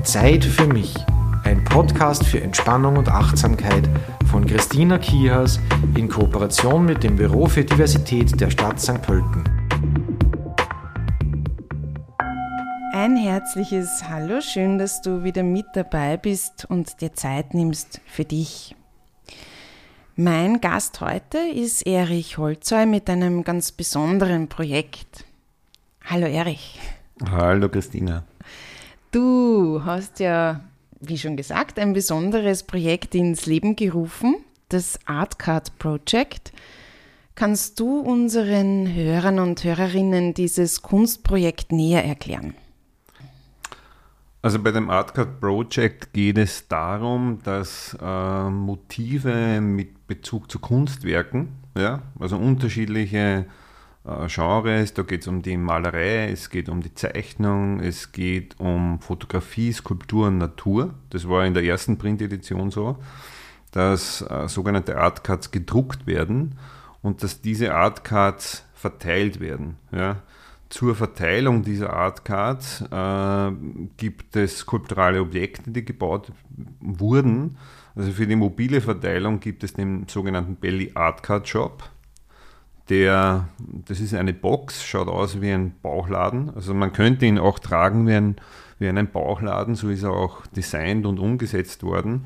Zeit für mich. Ein Podcast für Entspannung und Achtsamkeit von Christina Kihas in Kooperation mit dem Büro für Diversität der Stadt St. Pölten. Ein herzliches Hallo, schön, dass du wieder mit dabei bist und dir Zeit nimmst für dich. Mein Gast heute ist Erich Holzheu mit einem ganz besonderen Projekt. Hallo Erich. Hallo Christina. Du hast ja, wie schon gesagt, ein besonderes Projekt ins Leben gerufen, das Artcard Project. Kannst du unseren Hörern und Hörerinnen dieses Kunstprojekt näher erklären? Also bei dem Artcard Project geht es darum, dass Motive mit Bezug zu Kunstwerken, ja, also unterschiedliche Genres, da geht es um die Malerei, es geht um die Zeichnung, es geht um Fotografie, Skulptur und Natur. Das war in der ersten Printedition so, dass sogenannte Artcards gedruckt werden und dass diese Artcards verteilt werden. Ja. Zur Verteilung dieser Artcards gibt es skulpturale Objekte, die gebaut wurden. Also für die mobile Verteilung gibt es den sogenannten Belly Artcard Shop. Das ist eine Box, schaut aus wie ein Bauchladen. Also man könnte ihn auch tragen wie einen Bauchladen, so ist er auch designt und umgesetzt worden.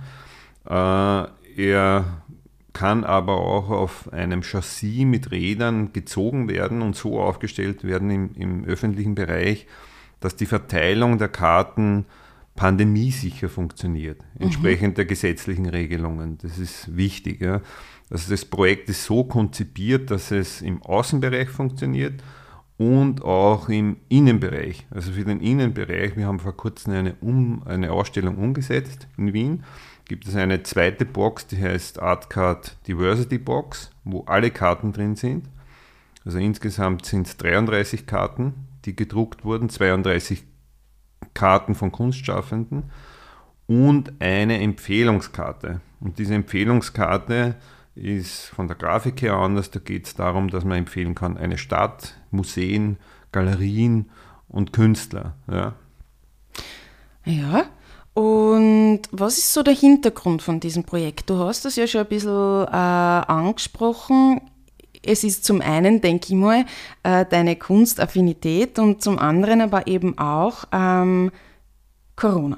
Er kann aber auch auf einem Chassis mit Rädern gezogen werden und so aufgestellt werden im öffentlichen Bereich, dass die Verteilung der Karten pandemiesicher funktioniert, entsprechend der gesetzlichen Regelungen. Das ist wichtig. Ja. Also das Projekt ist so konzipiert, dass es im Außenbereich funktioniert und auch im Innenbereich. Also für den Innenbereich, wir haben vor kurzem eine Ausstellung umgesetzt in Wien, gibt es eine zweite Box, die heißt Artcard Diversity Box, wo alle Karten drin sind. Also insgesamt sind es 33 Karten, die gedruckt wurden, 32 Karten von Kunstschaffenden und eine Empfehlungskarte. Und diese Empfehlungskarte ist von der Grafik her anders. Da geht es darum, dass man empfehlen kann, eine Stadt, Museen, Galerien und Künstler. Ja. Ja. Und was ist so der Hintergrund von diesem Projekt? Du hast das ja schon ein bisschen angesprochen. Es ist zum einen, denke ich mal, deine Kunstaffinität und zum anderen aber eben auch Corona.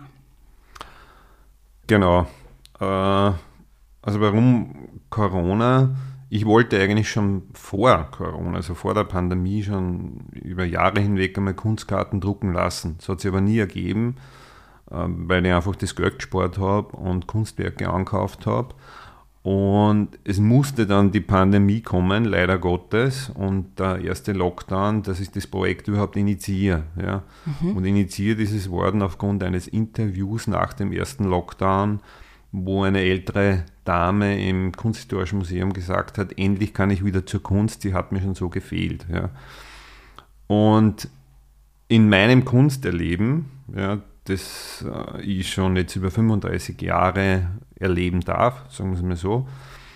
Genau. Also warum Corona? Ich wollte eigentlich schon vor Corona, also vor der Pandemie, schon über Jahre hinweg einmal Kunstkarten drucken lassen. Das hat sich aber nie ergeben, weil ich einfach das Geld gespart habe und Kunstwerke angekauft habe. Und es musste dann die Pandemie kommen, leider Gottes, und der erste Lockdown, dass ich das Projekt überhaupt initiiere. Ja. Und initiiert ist es worden aufgrund eines Interviews nach dem ersten Lockdown, wo eine ältere Dame im Kunsthistorischen Museum gesagt hat, endlich kann ich wieder zur Kunst, die hat mir schon so gefehlt. Ja. Und in meinem Kunsterleben, ja, das ich schon jetzt über 35 Jahre erleben darf, sagen wir es mal so,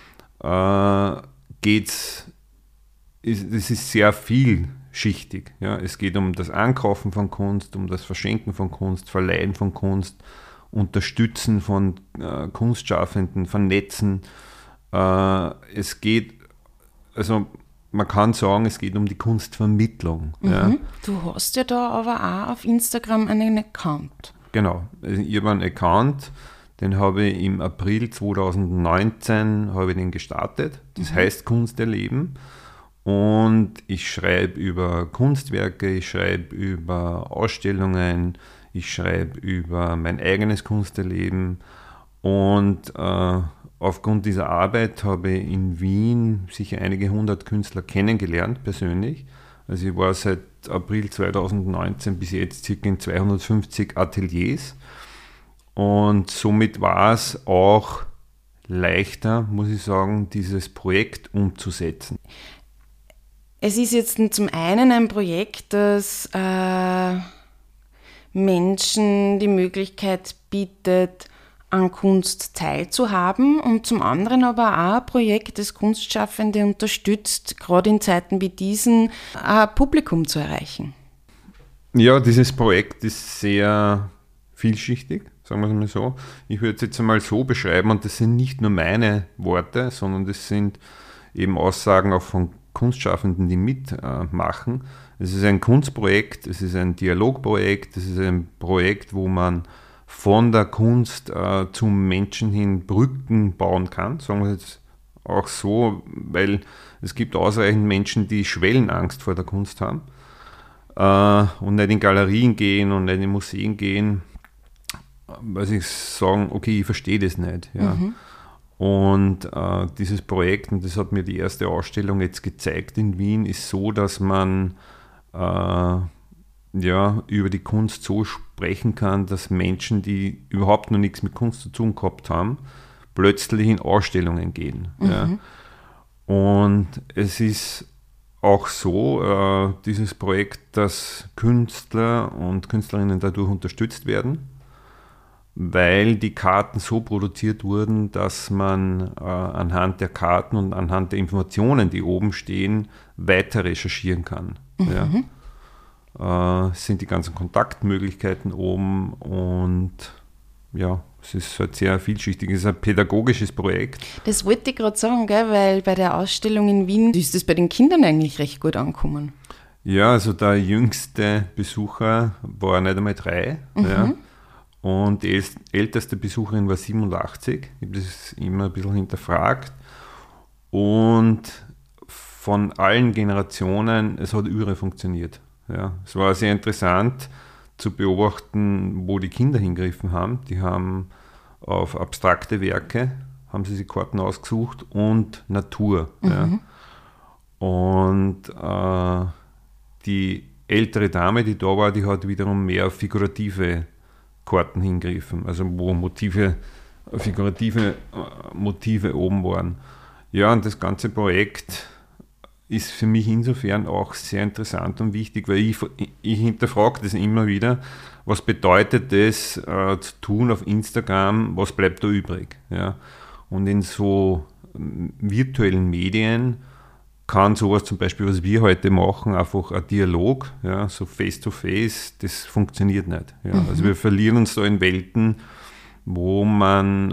es ist sehr vielschichtig. Ja. Es geht um das Ankaufen von Kunst, um das Verschenken von Kunst, Verleihen von Kunst, Unterstützen von Kunstschaffenden, Vernetzen. Es geht, also man kann sagen, es geht um die Kunstvermittlung. Ja. Du hast ja da aber auch auf Instagram einen Account. Genau, ich habe einen Account, den habe ich im April 2019 gestartet. Das heißt Kunst erleben. Und ich schreibe über Kunstwerke, ich schreibe über Ausstellungen, ich schreibe über mein eigenes Kunsterleben. Und aufgrund dieser Arbeit habe ich in Wien sicher einige hundert Künstler kennengelernt, persönlich. Also ich war seit April 2019 bis jetzt circa in 250 Ateliers. Und somit war es auch leichter, muss ich sagen, dieses Projekt umzusetzen. Es ist jetzt zum einen ein Projekt, das Menschen die Möglichkeit bietet, an Kunst teilzuhaben und zum anderen aber auch ein Projekt, das Kunstschaffende unterstützt, gerade in Zeiten wie diesen, ein Publikum zu erreichen. Ja, dieses Projekt ist sehr vielschichtig, sagen wir es mal so. Ich würde es jetzt einmal so beschreiben, und das sind nicht nur meine Worte, sondern das sind eben Aussagen auch von Kunstschaffenden, die mitmachen. Es ist ein Kunstprojekt, es ist ein Dialogprojekt, es ist ein Projekt, wo man von der Kunst zum Menschen hin Brücken bauen kann, sagen wir jetzt auch so, weil es gibt ausreichend Menschen, die Schwellenangst vor der Kunst haben und nicht in Galerien gehen und nicht in Museen gehen, weil sie sagen, okay, ich verstehe das nicht. Ja. Und dieses Projekt, und das hat mir die erste Ausstellung jetzt gezeigt in Wien, ist so, dass man über die Kunst so sprechen kann, dass Menschen, die überhaupt noch nichts mit Kunst zu tun gehabt haben, plötzlich in Ausstellungen gehen. Ja. Und es ist auch so, dieses Projekt, dass Künstler und Künstlerinnen dadurch unterstützt werden, weil die Karten so produziert wurden, dass man anhand der Karten und anhand der Informationen, die oben stehen, weiter recherchieren kann. Ja. Es sind die ganzen Kontaktmöglichkeiten oben und ja, es ist halt sehr vielschichtig. Es ist ein pädagogisches Projekt. Das wollte ich gerade sagen, gell? Weil bei der Ausstellung in Wien ist das bei den Kindern eigentlich recht gut angekommen. Ja, also der jüngste Besucher war nicht einmal 3. Ja. Und die älteste Besucherin war 87. Ich habe das immer ein bisschen hinterfragt. Und von allen Generationen, es hat überall funktioniert. Ja, es war sehr interessant zu beobachten, wo die Kinder hingegriffen haben. Die haben auf abstrakte Werke, haben sie sich Karten ausgesucht und Natur. Ja. Und die ältere Dame, die da war, die hat wiederum mehr auf figurative Karten hingegriffen, also wo figurative Motive oben waren. Ja, und das ganze Projekt ist für mich insofern auch sehr interessant und wichtig, weil ich hinterfrage das immer wieder, was bedeutet das zu tun auf Instagram, was bleibt da übrig? Ja? Und in so virtuellen Medien kann sowas zum Beispiel, was wir heute machen, einfach ein Dialog, ja, so face-to-face, das funktioniert nicht. Ja? Also wir verlieren uns da in Welten, wo man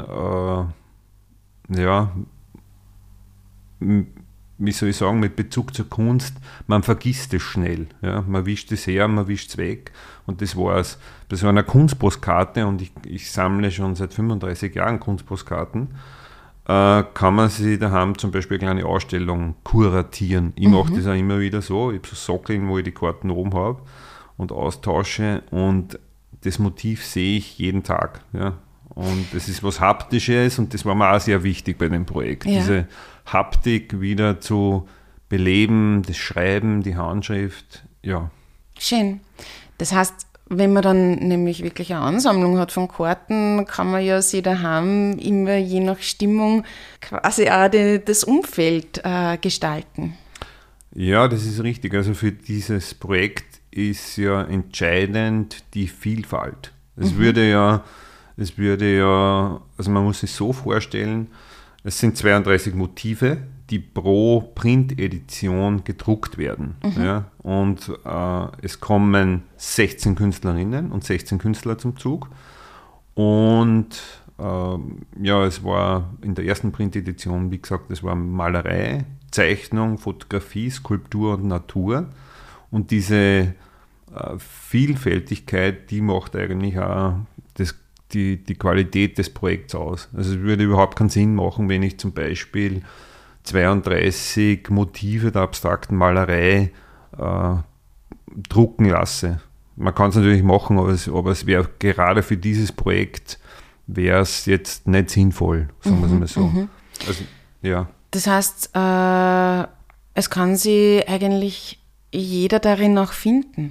wie soll ich sagen, mit Bezug zur Kunst, man vergisst es schnell. Ja? Man wischt es her, man wischt es weg und das war's. Bei so einer Kunstpostkarte, und ich sammle schon seit 35 Jahren Kunstpostkarten, kann man sich daheim zum Beispiel eine kleine Ausstellung kuratieren. Ich mache das auch immer wieder so. Ich habe so Sockeln, wo ich die Karten oben habe und austausche und das Motiv sehe ich jeden Tag. Ja? Und das ist was Haptisches und das war mir auch sehr wichtig bei dem Projekt. Ja. Diese Haptik wieder zu beleben, das Schreiben, die Handschrift, ja. Schön. Das heißt, wenn man dann nämlich wirklich eine Ansammlung hat von Karten, kann man ja sich daheim immer je nach Stimmung quasi auch das Umfeld gestalten. Ja, das ist richtig. Also für dieses Projekt ist ja entscheidend die Vielfalt. Es würde ja, also man muss sich so vorstellen, es sind 32 Motive, die pro Printedition gedruckt werden. Ja, und es kommen 16 Künstlerinnen und 16 Künstler zum Zug. Und es war in der ersten Printedition, wie gesagt, das war Malerei, Zeichnung, Fotografie, Skulptur und Natur. Und diese Vielfältigkeit, die macht eigentlich auch die Qualität des Projekts aus. Also es würde überhaupt keinen Sinn machen, wenn ich zum Beispiel 32 Motive der abstrakten Malerei drucken lasse. Man kann es natürlich machen, aber es wäre gerade für dieses Projekt wäre es jetzt nicht sinnvoll, sagen wir es mal so. Also, ja. Das heißt, es kann sich eigentlich jeder darin auch finden.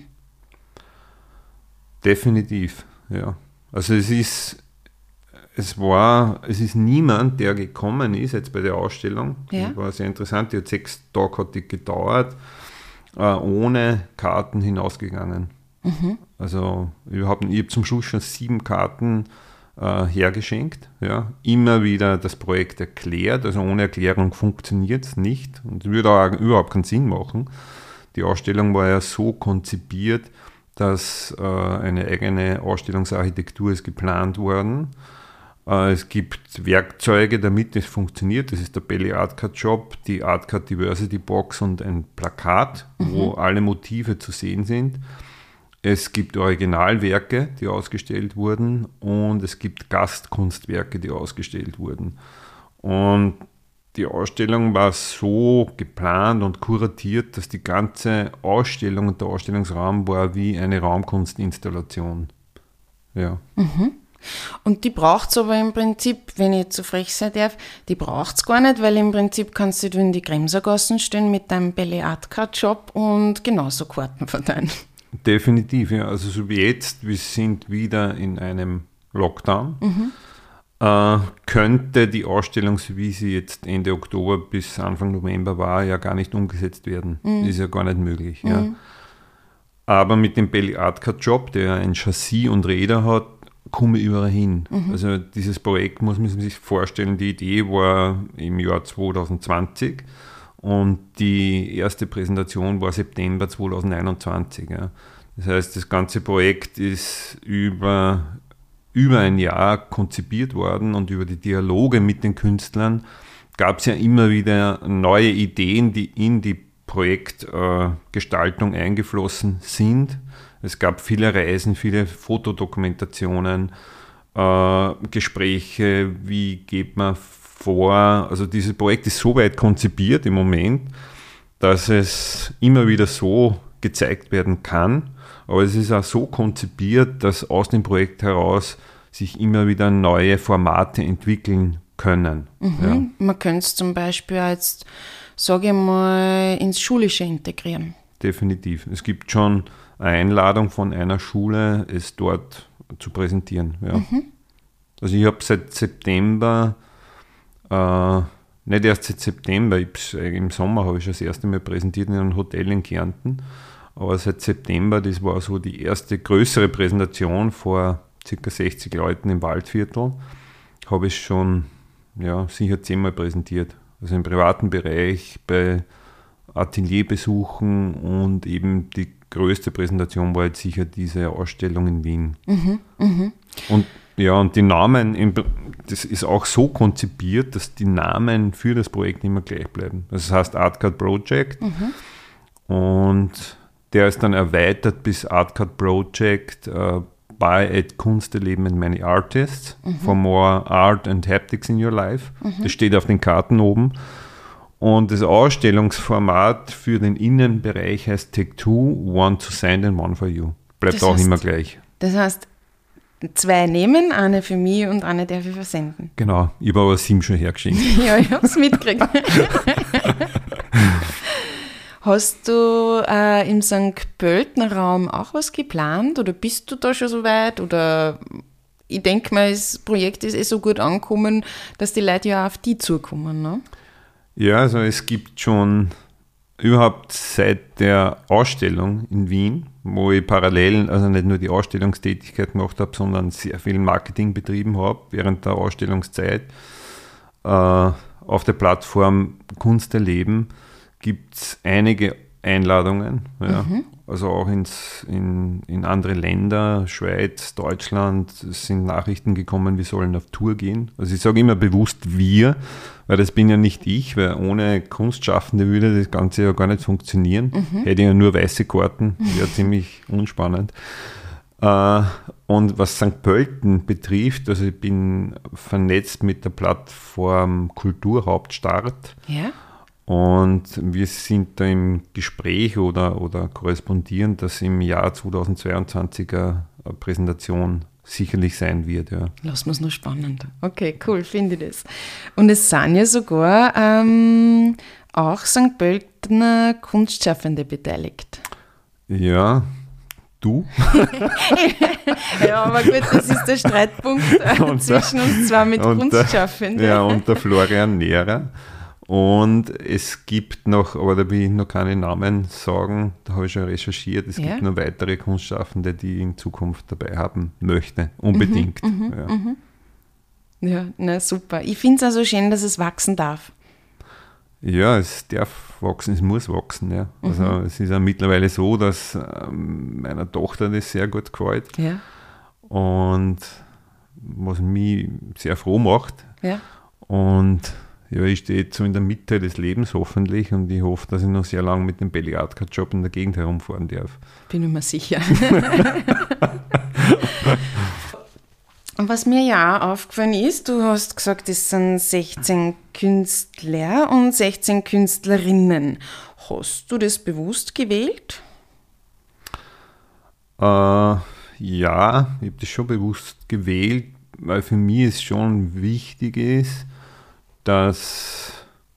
Definitiv, ja. Also es ist niemand, der gekommen ist jetzt bei der Ausstellung. Ja. Das war sehr interessant, die hat 6 Tage hat die gedauert, ohne Karten hinausgegangen. Also ich habe zum Schluss schon 7 Karten hergeschenkt. Ja. Immer wieder das Projekt erklärt, also ohne Erklärung funktioniert es nicht und würde auch überhaupt keinen Sinn machen. Die Ausstellung war ja so konzipiert, dass eine eigene Ausstellungsarchitektur ist geplant worden. Es gibt Werkzeuge, damit es funktioniert. Das ist der Belly Artcard Shop, die Artcard Diversity Box und ein Plakat, wo alle Motive zu sehen sind. Es gibt Originalwerke, die ausgestellt wurden, und es gibt Gastkunstwerke, die ausgestellt wurden. Und die Ausstellung war so geplant und kuratiert, dass die ganze Ausstellung und der Ausstellungsraum war wie eine Raumkunstinstallation. Ja. Und die braucht es aber im Prinzip, wenn ich jetzt so frech sein darf, die braucht es gar nicht, weil im Prinzip kannst du in die Kremsergassen stehen mit deinem Belly Artcard Shop und genauso Karten verteilen. Definitiv, ja. Also so wie jetzt, wir sind wieder in einem Lockdown. Könnte die Ausstellung, so wie sie jetzt Ende Oktober bis Anfang November war, ja gar nicht umgesetzt werden. Ist ja gar nicht möglich. Ja. Aber mit dem Belly Artcard Shop, der ein Chassis und Räder hat, komme ich überall hin. Also dieses Projekt muss man sich vorstellen, die Idee war im Jahr 2020 und die erste Präsentation war September 2021. Ja. Das heißt, das ganze Projekt ist über ein Jahr konzipiert worden, und über die Dialoge mit den Künstlern gab es ja immer wieder neue Ideen, die in die Projektgestaltung eingeflossen sind. Es gab viele Reisen, viele Fotodokumentationen, Gespräche, wie geht man vor. Also dieses Projekt ist so weit konzipiert im Moment, dass es immer wieder so gezeigt werden kann. Aber es ist auch so konzipiert, dass aus dem Projekt heraus sich immer wieder neue Formate entwickeln können. Ja. Man könnte es zum Beispiel jetzt, sage ich mal, ins Schulische integrieren. Definitiv. Es gibt schon eine Einladung von einer Schule, es dort zu präsentieren. Ja. Also ich habe seit September, nicht erst seit September, im Sommer habe ich das erste Mal präsentiert in einem Hotel in Kärnten, aber seit September, das war so die erste größere Präsentation vor ca. 60 Leuten im Waldviertel, habe ich schon sicher 10-mal präsentiert. Also im privaten Bereich, bei Atelierbesuchen, und eben die größte Präsentation war jetzt sicher diese Ausstellung in Wien. Und die Namen, das ist auch so konzipiert, dass die Namen für das Projekt immer gleich bleiben. Das heißt Artcard Project, und der ist dann erweitert bis Artcard Project Buy at Kunsteleben and Many Artists for more art and haptics in your life. Das steht auf den Karten oben. Und das Ausstellungsformat für den Innenbereich heißt Take Two, One to Send and One for You. Bleibt das auch immer gleich. Das heißt, 2 nehmen, eine für mich und eine darf ich versenden. Genau, ich habe aber 7 schon hergeschickt. Ja, ich habe es mitgekriegt. Hast du im St. Pöltener Raum auch was geplant, oder bist du da schon so weit? Oder ich denke mal, das Projekt ist so gut angekommen, dass die Leute ja auch auf die zukommen, ne? Ja, also es gibt schon überhaupt seit der Ausstellung in Wien, wo ich parallel, also nicht nur die Ausstellungstätigkeit gemacht habe, sondern sehr viel Marketing betrieben habe während der Ausstellungszeit, auf der Plattform Kunst erleben, gibt es einige Einladungen, also auch in andere Länder, Schweiz, Deutschland, es sind Nachrichten gekommen, wir sollen auf Tour gehen. Also ich sage immer bewusst wir, weil das bin ja nicht ich, weil ohne Kunstschaffende würde das Ganze ja gar nicht funktionieren. Hätte ja nur weiße Karten, wäre ziemlich unspannend. Und was St. Pölten betrifft, also ich bin vernetzt mit der Plattform Kulturhauptstart. Ja. Und wir sind da im Gespräch oder korrespondieren, dass im Jahr 2022 eine Präsentation sicherlich sein wird. Ja. Lassen wir es nur spannend. Okay, cool, finde ich das. Und es sind ja sogar auch St. Pöltener Kunstschaffende beteiligt. Ja, du? Ja, aber gut, das ist der Streitpunkt zwischen uns zwei mit Kunstschaffenden. Ja, und der Florian Lehrer. Und es gibt noch, aber da will ich noch keine Namen sagen, da habe ich schon recherchiert, es gibt noch weitere Kunstschaffende, die ich in Zukunft dabei haben möchte, unbedingt. Ja, na super. Ich finde es also schön, dass es wachsen darf. Ja, es darf wachsen, es muss wachsen. Ja. Also es ist ja mittlerweile so, dass meiner Tochter das sehr gut gefällt. Ja. Und was mich sehr froh macht. Ja. Und ja, ich stehe jetzt so in der Mitte des Lebens hoffentlich und ich hoffe, dass ich noch sehr lange mit dem Belly-Art-Car-Job in der Gegend herumfahren darf. Bin ich mir sicher. Und was mir ja auch aufgefallen ist, du hast gesagt, es sind 16 Künstler und 16 Künstlerinnen. Hast du das bewusst gewählt? Ja, ich habe das schon bewusst gewählt, weil für mich es schon wichtig ist, dass,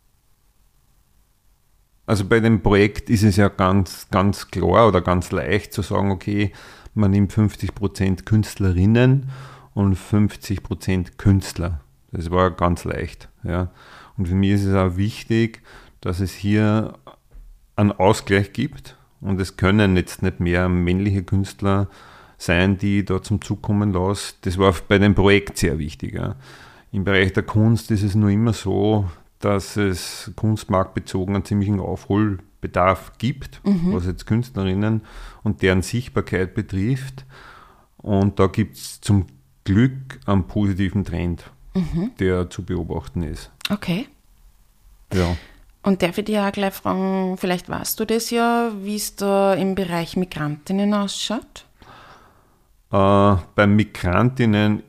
also bei dem Projekt ist es ja ganz, ganz klar oder ganz leicht zu sagen, okay, man nimmt 50% Künstlerinnen und 50% Künstler. Das war ganz leicht. Ja. Und für mich ist es auch wichtig, dass es hier einen Ausgleich gibt und es können jetzt nicht mehr männliche Künstler sein, die da zum Zug kommen lassen. Das war bei dem Projekt sehr wichtig. Ja. Im Bereich der Kunst ist es nur immer so, dass es kunstmarktbezogen einen ziemlichen Aufholbedarf gibt, was jetzt Künstlerinnen und deren Sichtbarkeit betrifft. Und da gibt es zum Glück einen positiven Trend, der zu beobachten ist. Okay. Ja. Und darf ich dich auch gleich fragen, vielleicht weißt du das ja, wie es da im Bereich Migrantinnen ausschaut? Bei Migrantinnen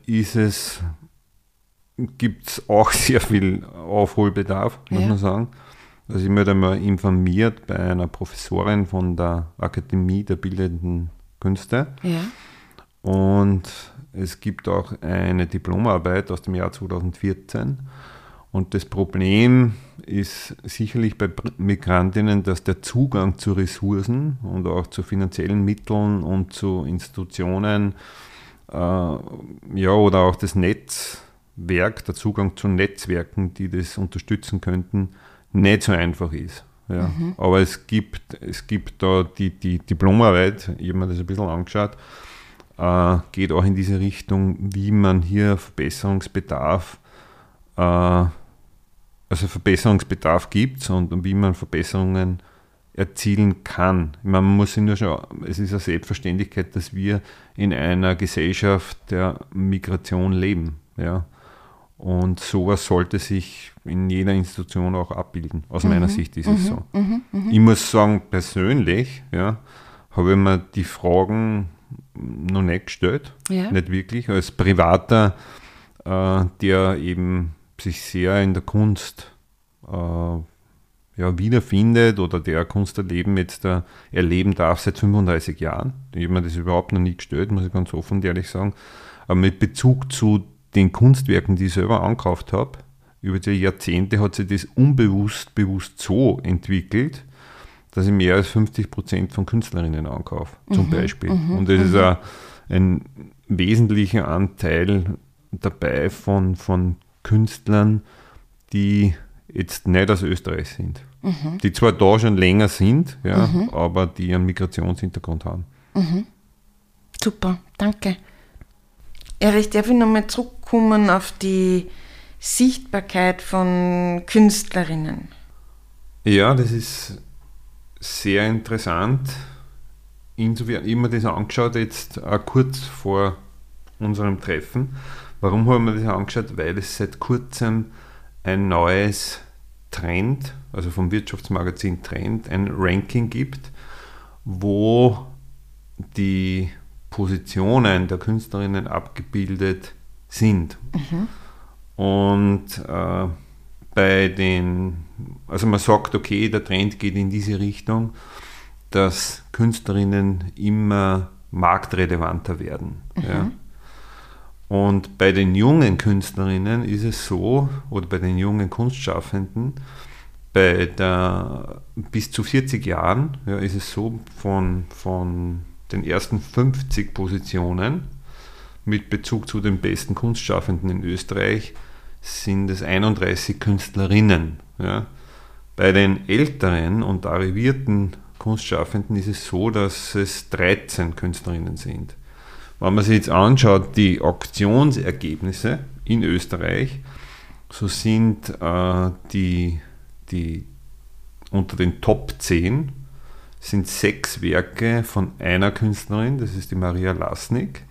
gibt es auch sehr viel Aufholbedarf, muss man sagen. Also ich habe einmal informiert bei einer Professorin von der Akademie der Bildenden Künste. Ja. Und es gibt auch eine Diplomarbeit aus dem Jahr 2014. Und das Problem ist sicherlich bei Migrantinnen, dass der Zugang zu Ressourcen und auch zu finanziellen Mitteln und zu Institutionen oder auch das Netzwerk, der Zugang zu Netzwerken, die das unterstützen könnten, nicht so einfach ist. Ja. Aber es gibt da die Diplomarbeit, ich habe mir das ein bisschen angeschaut, geht auch in diese Richtung, wie man hier Verbesserungsbedarf gibt und wie man Verbesserungen erzielen kann. Ich meine, man muss sich nur schon, es ist eine Selbstverständlichkeit, dass wir in einer Gesellschaft der Migration leben. Ja. Und sowas sollte sich in jeder Institution auch abbilden. Aus meiner Sicht ist es so. Ich muss sagen, persönlich habe ich mir die Fragen noch nicht gestellt, nicht wirklich. Als Privater, der eben sich sehr in der Kunst wiederfindet oder der Kunsterleben jetzt erleben darf seit 35 Jahren. Ich habe mir das überhaupt noch nie gestellt, muss ich ganz offen und ehrlich sagen. Aber mit Bezug zu den Kunstwerken, die ich selber angekauft habe, über die Jahrzehnte hat sich das bewusst so entwickelt, dass ich mehr als 50% von Künstlerinnen ankaufe, zum Beispiel. Und das ist auch ein wesentlicher Anteil dabei von Künstlern, die jetzt nicht aus Österreich sind. Die zwar da schon länger sind, aber die einen Migrationshintergrund haben. Super, danke. Erich, darf ich nochmal zurückkommen auf die Sichtbarkeit von Künstlerinnen? Ja, das ist sehr interessant. Insofern immer das angeschaut, jetzt auch kurz vor unserem Treffen. Warum haben wir das angeschaut? Weil es seit kurzem ein neues Trend, also vom Wirtschaftsmagazin Trend, ein Ranking gibt, wo die Positionen der Künstlerinnen abgebildet sind. Und also man sagt, okay, der Trend geht in diese Richtung, dass Künstlerinnen immer marktrelevanter werden. Ja. Und bei den jungen Künstlerinnen ist es so, oder bei den jungen Kunstschaffenden, bis zu 40 Jahren ist es so, von den ersten 50 Positionen mit Bezug zu den besten Kunstschaffenden in Österreich sind es 31 Künstlerinnen. Ja. Bei den älteren und arrivierten Kunstschaffenden ist es so, dass es 13 Künstlerinnen sind. Wenn man sich jetzt anschaut, die Auktionsergebnisse in Österreich, so sind die unter den Top 10 sind 6 Werke von einer Künstlerin, das ist die Maria Lasnik,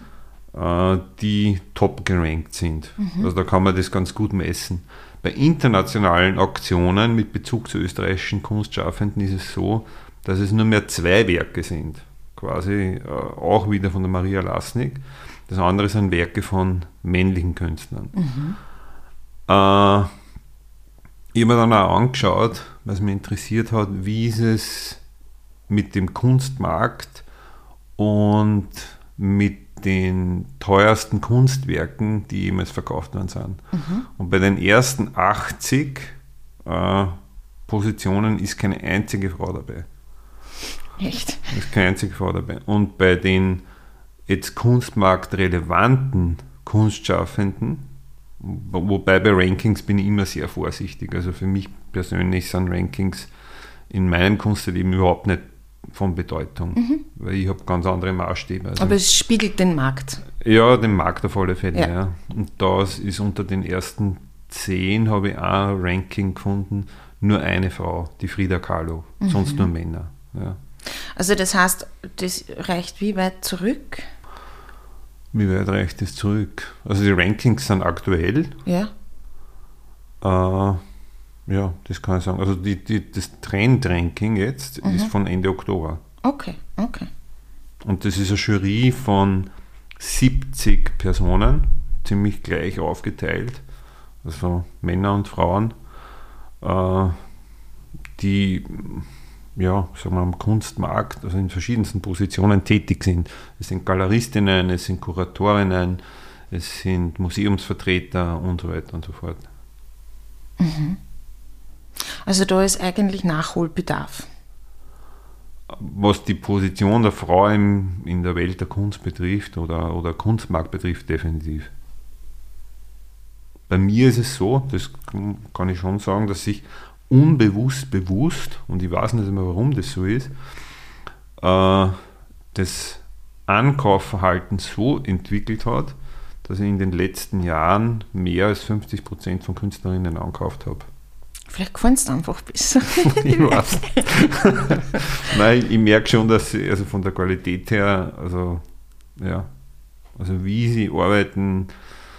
die top gerankt sind. Also da kann man das ganz gut messen. Bei internationalen Auktionen mit Bezug zu österreichischen Kunstschaffenden ist es so, dass es nur mehr 2 Werke sind, quasi auch wieder von der Maria Lasnik. Das andere sind Werke von männlichen Künstlern. Ich habe mir dann auch angeschaut, was mich interessiert hat, wie ist es mit dem Kunstmarkt und mit den teuersten Kunstwerken, die jemals verkauft worden sind. Und bei den ersten 80 Positionen ist keine einzige Frau dabei. Echt? Ist keine einzige Frau dabei. Und bei den jetzt kunstmarktrelevanten Kunstschaffenden, wobei bei Rankings bin ich immer sehr vorsichtig. Also für mich persönlich sind Rankings in meinem Kunstleben überhaupt nicht von Bedeutung, weil ich habe ganz andere Maßstäbe. Also, aber es spiegelt den Markt. Ja, den Markt auf alle Fälle, Ja. ja. Und das ist unter den ersten 10 habe ich auch ein Ranking gefunden, nur eine Frau, die Frida Kahlo, sonst nur Männer. Ja. Also das heißt, das reicht wie weit zurück? Wie weit reicht das zurück? Also die Rankings sind aktuell. Ja. Ja, das kann ich sagen. Also das Trend-Ranking jetzt ist von Ende Oktober. Okay. Und das ist eine Jury von 70 Personen, ziemlich gleich aufgeteilt, also Männer und Frauen, die ja, sagen wir, am Kunstmarkt, also in verschiedensten Positionen tätig sind. Es sind Galeristinnen, es sind Kuratorinnen, es sind Museumsvertreter und so weiter und so fort. Also da ist eigentlich Nachholbedarf. Was die Position der Frau in der Welt der Kunst betrifft oder Kunstmarkt betrifft, definitiv. Bei mir ist es so, das kann ich schon sagen, dass ich unbewusst, bewusst, und ich weiß nicht mehr, warum das so ist, das Ankaufverhalten so entwickelt hat, dass ich in den letzten Jahren mehr als 50% von Künstlerinnen angekauft habe. Vielleicht gefällt es dir einfach besser. Ich weiß. Nein, ich merke schon, dass sie, also von der Qualität her, also ja, also wie sie arbeiten,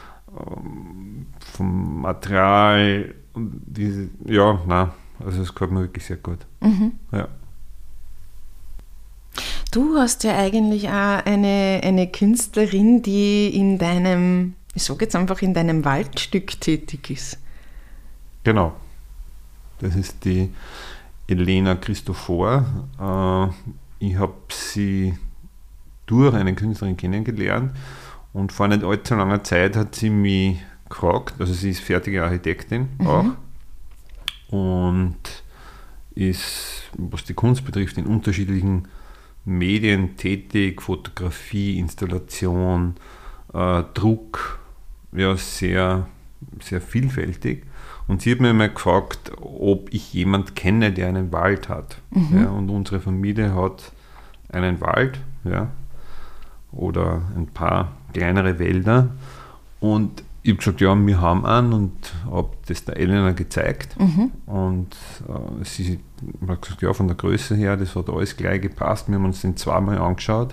vom Material, ja, nein, also es gefällt mir wirklich sehr gut. Ja. Du hast ja eigentlich auch eine Künstlerin, die in deinem, ich sage jetzt einfach, in deinem Waldstück tätig ist. Genau. Das ist die Elena Christofor. Ich habe sie durch eine Künstlerin kennengelernt und vor nicht allzu langer Zeit hat sie mich gefragt, also sie ist fertige Architektin auch und ist, was die Kunst betrifft, in unterschiedlichen Medien tätig, Fotografie, Installation, Druck, ja, sehr, sehr vielfältig. Und sie hat mir mal gefragt, ob ich jemanden kenne, der einen Wald hat. Ja, und unsere Familie hat einen Wald, ja, oder ein paar kleinere Wälder. Und ich habe gesagt, ja, wir haben einen, und habe das der Elena gezeigt. Und sie hat gesagt, ja, von der Größe her, das hat alles gleich gepasst. Wir haben uns den zweimal angeschaut.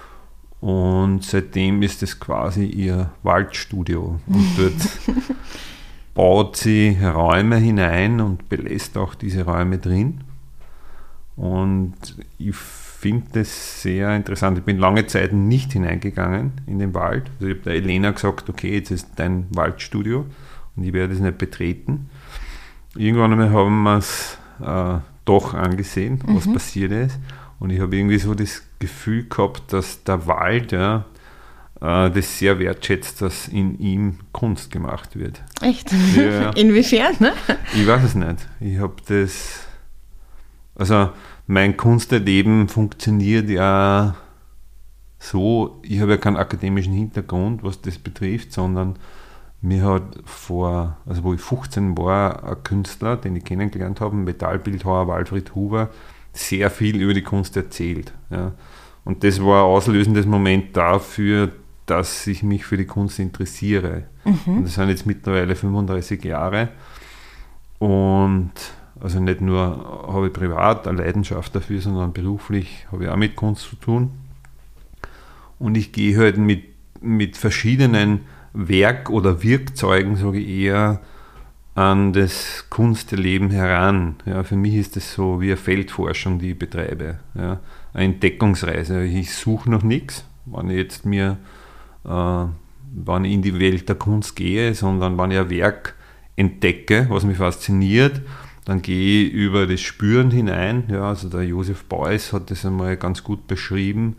Und seitdem ist das quasi ihr Waldstudio. Und dort baut sie Räume hinein und belässt auch diese Räume drin. Und ich finde das sehr interessant. Ich bin lange Zeit nicht hineingegangen in den Wald. Also ich habe der Elena gesagt, okay, jetzt ist dein Waldstudio und ich werde es nicht betreten. Irgendwann einmal haben wir es doch angesehen, was passiert ist. Und ich habe irgendwie so das Gefühl gehabt, dass der Wald, ja, das sehr wertschätzt, dass in ihm Kunst gemacht wird. Echt? Ja. Inwiefern? Ne? Ich weiß es nicht. Ich habe das, also mein Kunsterleben funktioniert ja so, ich habe ja keinen akademischen Hintergrund, was das betrifft, sondern mir hat also wo ich 15 war, ein Künstler, den ich kennengelernt habe, ein Metallbildhauer, Walfried Huber, sehr viel über die Kunst erzählt. Ja. Und das war ein auslösendes Moment dafür, dass ich mich für die Kunst interessiere. Und das sind jetzt mittlerweile 35 Jahre. Und Also nicht nur habe ich privat eine Leidenschaft dafür, sondern beruflich habe ich auch mit Kunst zu tun. Und ich gehe halt mit verschiedenen Werk- oder Wirkzeugen, sage ich eher, an das Kunsterleben heran. Ja, für mich ist das so wie eine Feldforschung, die ich betreibe. Ja, eine Entdeckungsreise. Ich suche noch nichts, wenn ich in die Welt der Kunst gehe, sondern wenn ich ein Werk entdecke, was mich fasziniert, dann gehe ich über das Spüren hinein. Ja, also der Josef Beuys hat das einmal ganz gut beschrieben,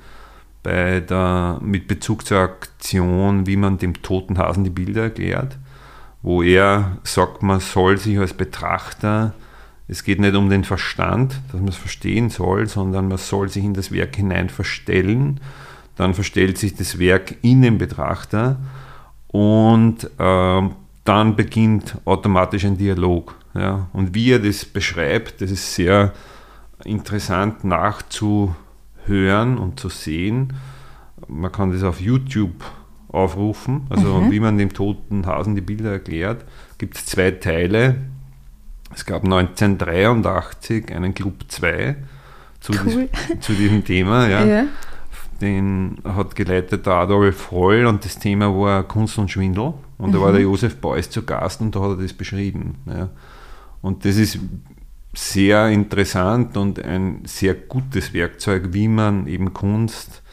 mit Bezug zur Aktion, wie man dem toten Hasen die Bilder erklärt, wo er sagt, man soll sich als Betrachter, es geht nicht um den Verstand, dass man es verstehen soll, sondern man soll sich in das Werk hinein verstellen, dann verstellt sich das Werk in den Betrachter und dann beginnt automatisch ein Dialog. Ja. Und wie er das beschreibt, das ist sehr interessant nachzuhören und zu sehen. Man kann das auf YouTube aufrufen, also wie man dem toten Hasen die Bilder erklärt. Gibt es 2 Teile. Es gab 1983 einen Club 2 zu diesem Thema. Ja. Ja. Den hat geleitet der Adolf Holl und das Thema war Kunst und Schwindel. Und da war der Josef Beuys zu Gast und da hat er das beschrieben. Ja. Und das ist sehr interessant und ein sehr gutes Werkzeug, wie man eben Kunst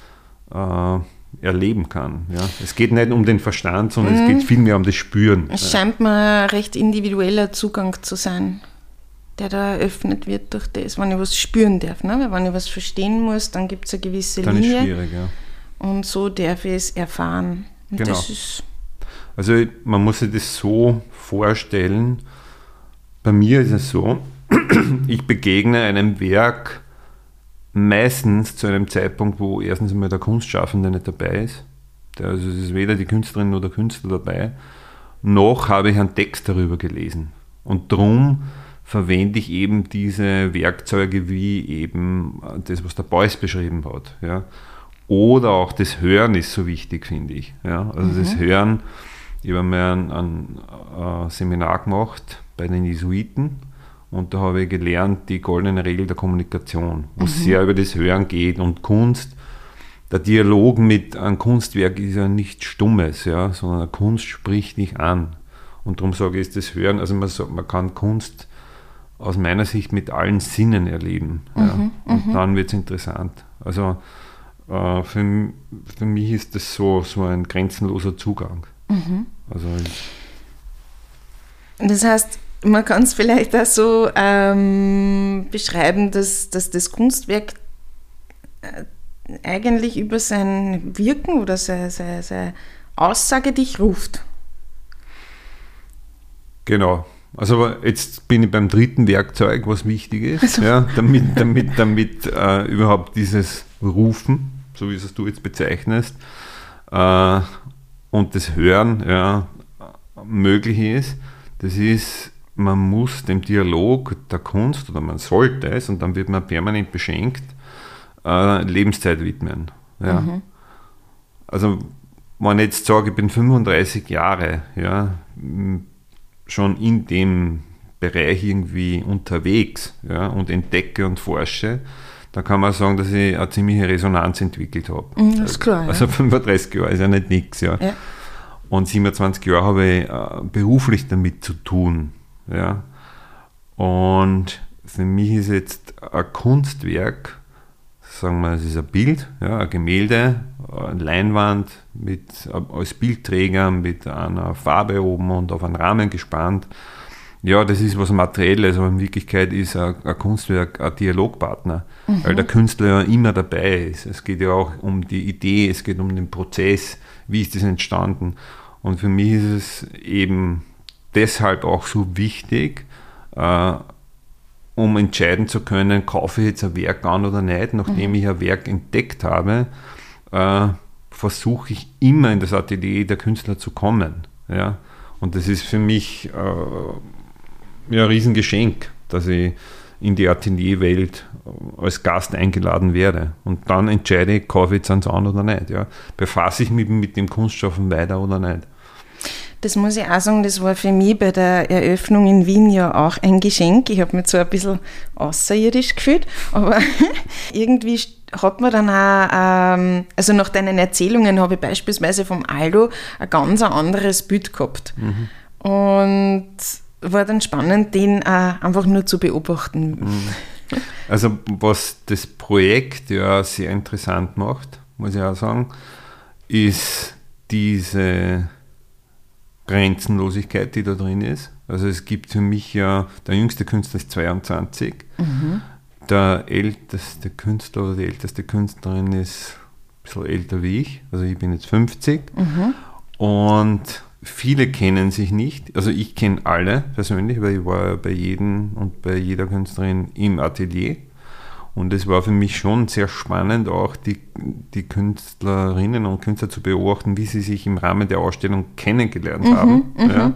erleben kann. Ja. Es geht nicht um den Verstand, sondern es geht vielmehr um das Spüren. Es scheint mir ein recht individueller Zugang zu sein, der da eröffnet wird durch das, wenn ich was spüren darf. Ne? Weil wenn ich was verstehen muss, dann gibt es eine gewisse dann Linie. Ist schwierig, ja. Und so darf ich es erfahren. Und genau. Das ist also man muss sich das so vorstellen, bei mir ist es so, ich begegne einem Werk meistens zu einem Zeitpunkt, wo erstens einmal der Kunstschaffende nicht dabei ist. Also es ist weder die Künstlerin noch der Künstler dabei, noch habe ich einen Text darüber gelesen. Und darum verwende ich eben diese Werkzeuge wie eben das, was der Beuys beschrieben hat. Ja. Oder auch das Hören ist so wichtig, finde ich. Ja. Also das Hören, ich habe mal ein Seminar gemacht bei den Jesuiten und da habe ich gelernt, die goldene Regel der Kommunikation, wo es sehr über das Hören geht und Kunst. Der Dialog mit einem Kunstwerk ist ja nichts Stummes, ja, sondern eine Kunst spricht dich an. Und darum sage ich, ist das Hören, also man kann Kunst aus meiner Sicht mit allen Sinnen erleben. Ja. Und dann wird es interessant. Also für mich ist das so ein grenzenloser Zugang. Also das heißt, man kann es vielleicht auch so beschreiben, dass das Kunstwerk eigentlich über sein Wirken oder seine Aussage dich ruft. Genau. Also jetzt bin ich beim 3. Werkzeug, was wichtig ist, ja, damit überhaupt dieses Rufen, so wie es du jetzt bezeichnest, und das Hören möglich ist. Das ist, man muss dem Dialog der Kunst, oder man sollte es, und dann wird man permanent beschenkt, Lebenszeit widmen. Ja. Also wenn ich jetzt sage, ich bin 35 Jahre, ja, schon in dem Bereich irgendwie unterwegs, ja, und entdecke und forsche, dann kann man sagen, dass ich eine ziemliche Resonanz entwickelt habe. Das ist klar. Also 35 Jahre ist ja nicht nichts. Ja. Und 27 Jahre habe ich beruflich damit zu tun. Ja. Und für mich ist jetzt ein Kunstwerk, sagen wir, es ist ein Bild, ja, ein Gemälde, eine Leinwand als Bildträger mit einer Farbe oben und auf einen Rahmen gespannt. Ja, das ist was Materielles, aber in Wirklichkeit ist ein Kunstwerk ein Dialogpartner, weil der Künstler ja immer dabei ist. Es geht ja auch um die Idee, es geht um den Prozess, wie ist das entstanden. Und für mich ist es eben deshalb auch so wichtig, um entscheiden zu können, kaufe ich jetzt ein Werk an oder nicht. Nachdem ich ein Werk entdeckt habe, versuche ich immer in das Atelier der Künstler zu kommen. Ja? Und das ist für mich ein Riesengeschenk, dass ich in die Atelierwelt als Gast eingeladen werde. Und dann entscheide ich, kaufe ich jetzt eins an oder nicht. Ja? Befasse ich mich mit dem Kunstschaffen weiter oder nicht. Das muss ich auch sagen, das war für mich bei der Eröffnung in Wien ja auch ein Geschenk. Ich habe mich zwar ein bisschen außerirdisch gefühlt, aber irgendwie hat man dann auch, also nach deinen Erzählungen habe ich beispielsweise vom Aldo ein ganz anderes Bild gehabt. Und war dann spannend, den einfach nur zu beobachten. Also was das Projekt ja sehr interessant macht, muss ich auch sagen, ist diese Grenzenlosigkeit, die da drin ist. Also es gibt für mich ja, der jüngste Künstler ist 22, der älteste Künstler oder die älteste Künstlerin ist ein bisschen älter wie ich, also ich bin jetzt 50 und viele kennen sich nicht, also ich kenne alle persönlich, weil ich war bei jedem und bei jeder Künstlerin im Atelier. Und es war für mich schon sehr spannend, auch die Künstlerinnen und Künstler zu beobachten, wie sie sich im Rahmen der Ausstellung kennengelernt haben. Ja.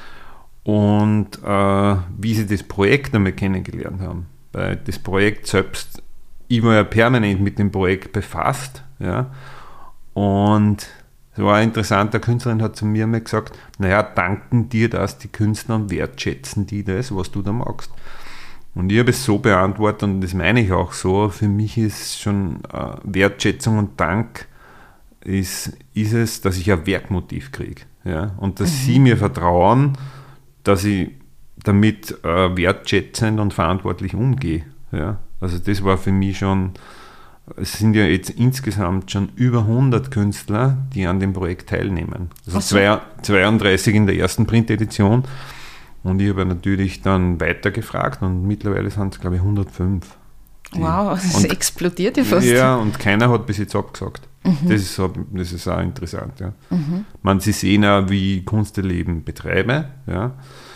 Und wie sie das Projekt einmal kennengelernt haben. Weil das Projekt selbst, ich war ja permanent mit dem Projekt befasst. Ja. Und es war interessant, der Künstlerin hat zu mir mal gesagt, naja, danken dir das die Künstler und wertschätzen die das, was du da magst. Und ich habe es so beantwortet, und das meine ich auch so, für mich ist schon Wertschätzung und Dank ist es, dass ich ein Werkmotiv kriege. Ja? Und dass sie mir vertrauen, dass ich damit wertschätzend und verantwortlich umgehe. Ja? Also das war für mich schon, es sind ja jetzt insgesamt schon über 100 Künstler, die an dem Projekt teilnehmen. Also 32 in der ersten Printedition. Und ich habe natürlich dann weitergefragt und mittlerweile sind es, glaube ich, 105. Wow, das explodiert ja fast. Ja, und keiner hat bis jetzt abgesagt. Das ist auch interessant. Ja. Sie sehen auch, wie ich Kunstleben betreibe. Ja.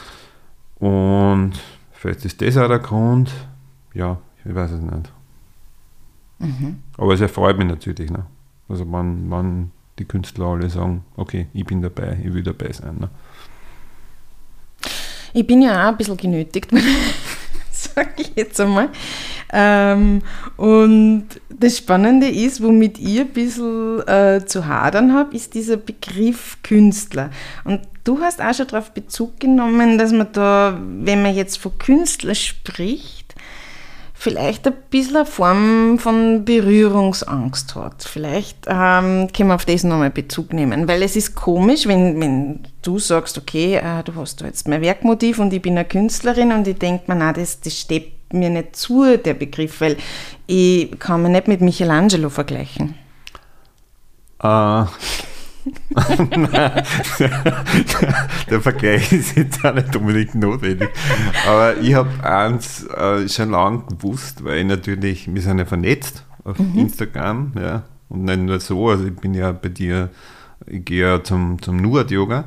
Und vielleicht ist das auch der Grund. Ja, ich weiß es nicht. Aber es erfreut mich natürlich. Ne? Also wenn die Künstler alle sagen, okay, ich bin dabei, ich will dabei sein. Ne? Ich bin ja auch ein bisschen genötigt, sage ich jetzt einmal. Und das Spannende ist, womit ich ein bisschen zu hadern habe, ist dieser Begriff Künstler. Und du hast auch schon darauf Bezug genommen, dass man da, wenn man jetzt von Künstler spricht, vielleicht ein bisschen eine Form von Berührungsangst hat. Vielleicht können wir auf das nochmal Bezug nehmen, weil es ist komisch, wenn du sagst, okay, du hast da jetzt mein Werkmotiv und ich bin eine Künstlerin und ich denke mir, nein, das steht mir nicht zu, der Begriff, weil ich kann mich nicht mit Michelangelo vergleichen. Nein, der Vergleich ist jetzt auch nicht unbedingt notwendig. Aber ich habe eins schon lange gewusst, weil ich natürlich, wir sind ja vernetzt auf Instagram, ja, und nicht nur so, also ich bin ja bei dir, ich gehe ja zum Nuat-Yoga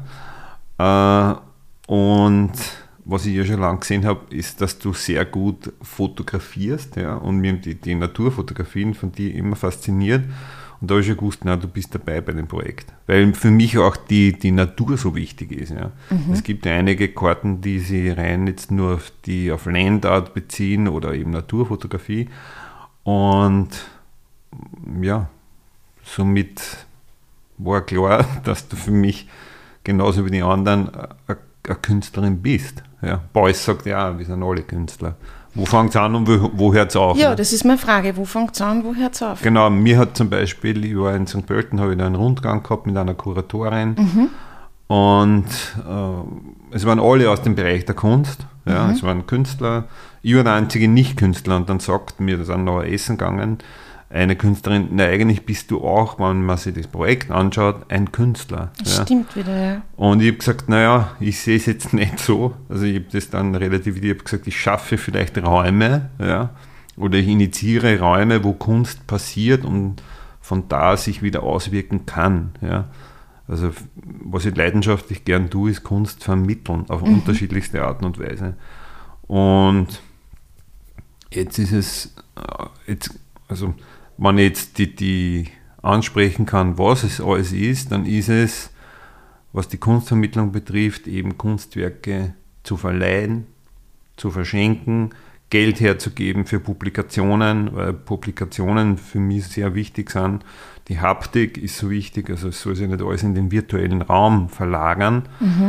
und was ich ja schon lange gesehen habe, ist, dass du sehr gut fotografierst, ja, und mir die Naturfotografien von dir immer fasziniert. Und da habe ich schon gewusst, na, du bist dabei bei dem Projekt. Weil für mich auch die Natur so wichtig ist. Ja. Es gibt ja einige Karten, die sich rein jetzt nur auf Landart beziehen oder eben Naturfotografie. Und ja, somit war klar, dass du für mich genauso wie die anderen eine Künstlerin bist. Ja. Beuys sagt ja, wir sind alle Künstler. Wo fängt es an und wo hört es auf? Ja, ne? das ist meine Frage. Wo fängt es an, wo hört es auf? Genau, mir hat zum Beispiel, ich war in St. Pölten, habe ich da einen Rundgang gehabt mit einer Kuratorin und es waren alle aus dem Bereich der Kunst. Ja, es waren Künstler, ich war der einzige Nicht-Künstler und dann sagt mir, da sind noch essen gegangen, eine Künstlerin, na eigentlich bist du auch, wenn man sich das Projekt anschaut, ein Künstler. Das stimmt wieder, ja. Und ich habe gesagt, naja, ich sehe es jetzt nicht so. Also ich habe das dann relativiert, ich habe gesagt, ich schaffe vielleicht Räume, ja, oder ich initiiere Räume, wo Kunst passiert und von da sich wieder auswirken kann. Ja. Also was ich leidenschaftlich gern tue, ist Kunst vermitteln auf unterschiedlichste Arten und Weise. Und jetzt ist es, also wenn ich jetzt die ansprechen kann, was es alles ist, dann ist es, was die Kunstvermittlung betrifft, eben Kunstwerke zu verleihen, zu verschenken, Geld herzugeben für Publikationen, weil Publikationen für mich sehr wichtig sind. Die Haptik ist so wichtig, also es soll sich nicht alles in den virtuellen Raum verlagern.